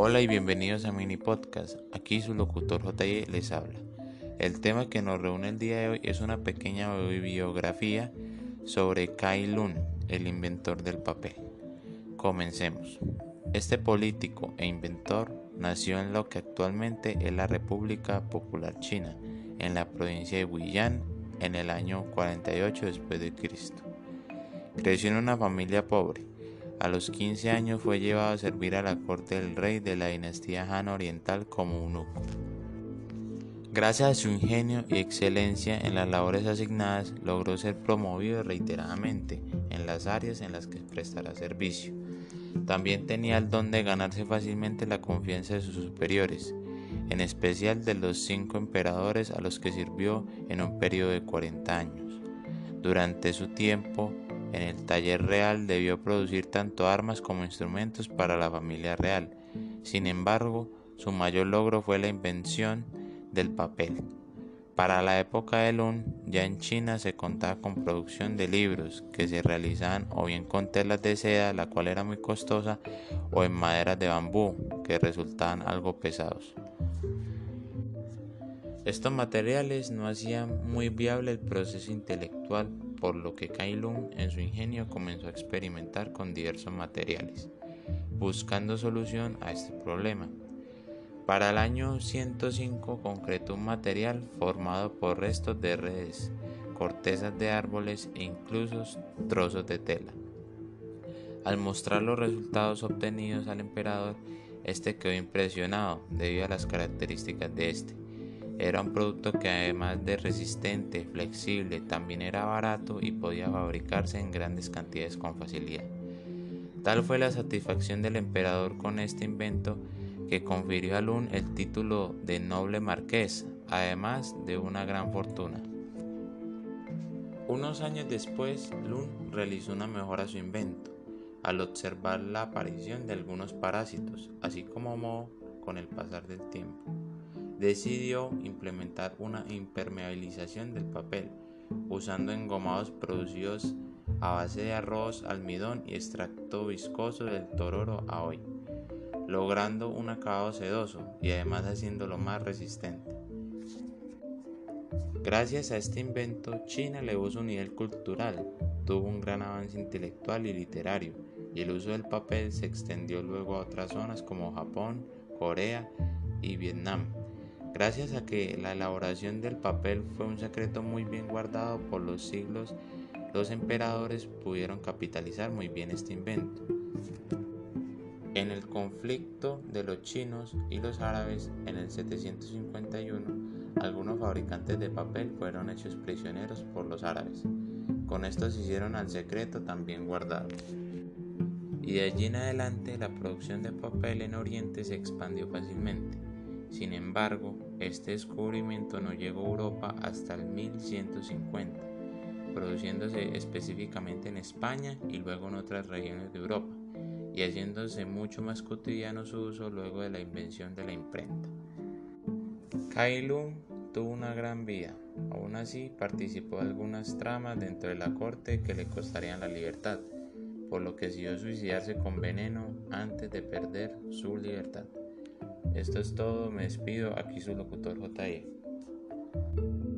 Hola y bienvenidos a Mini Podcast. Aquí su locutor JY les habla. El tema que nos reúne el día de hoy es una pequeña biografía sobre Cai Lun, el inventor del papel. Comencemos. Este político e inventor nació en lo que actualmente es la República Popular China, en la provincia de Huiyang, en el año 48 después de Cristo. Creció en una familia pobre. A los 15 años fue llevado a servir a la corte del rey de la dinastía Han Oriental como eunuco. Gracias a su ingenio y excelencia en las labores asignadas, logró ser promovido reiteradamente en las áreas en las que prestará servicio. También tenía el don de ganarse fácilmente la confianza de sus superiores, en especial de los 5 emperadores a los que sirvió en un periodo de 40 años. Durante su tiempo en el taller real debió producir tanto armas como instrumentos para la familia real. Sin embargo, su mayor logro fue la invención del papel. Para la época de Lun, ya en China se contaba con producción de libros que se realizaban o bien con telas de seda, la cual era muy costosa, o en maderas de bambú, que resultaban algo pesados. Estos materiales no hacían muy viable el proceso intelectual, por lo que Cai Lun en su ingenio comenzó a experimentar con diversos materiales, buscando solución a este problema. Para el año 105 concretó un material formado por restos de redes, cortezas de árboles e incluso trozos de tela. Al mostrar los resultados obtenidos al emperador, este quedó impresionado debido a las características de este. Era un producto que además de resistente, flexible, también era barato y podía fabricarse en grandes cantidades con facilidad. Tal fue la satisfacción del emperador con este invento que confirió a Lun el título de noble marqués, además de una gran fortuna. Unos años después, Lun realizó una mejora a su invento, al observar la aparición de algunos parásitos, así como moho con el pasar del tiempo. Decidió implementar una impermeabilización del papel, usando engomados producidos a base de arroz, almidón y extracto viscoso del tororo aoi, logrando un acabado sedoso y además haciéndolo más resistente. Gracias a este invento, China elevó su nivel cultural, tuvo un gran avance intelectual y literario, y el uso del papel se extendió luego a otras zonas como Japón, Corea y Vietnam. Gracias a que la elaboración del papel fue un secreto muy bien guardado por los siglos, los emperadores pudieron capitalizar muy bien este invento. En el conflicto de los chinos y los árabes en el 751, algunos fabricantes de papel fueron hechos prisioneros por los árabes. Con esto se hicieron al secreto también guardado. Y de allí en adelante la producción de papel en Oriente se expandió fácilmente. Sin embargo, este descubrimiento no llegó a Europa hasta el 1150, produciéndose específicamente en España y luego en otras regiones de Europa, y haciéndose mucho más cotidiano su uso luego de la invención de la imprenta. Cai Lun tuvo una gran vida, aún así participó de algunas tramas dentro de la corte que le costarían la libertad, por lo que decidió suicidarse con veneno antes de perder su libertad. Esto es todo, me despido, aquí su locutor JY.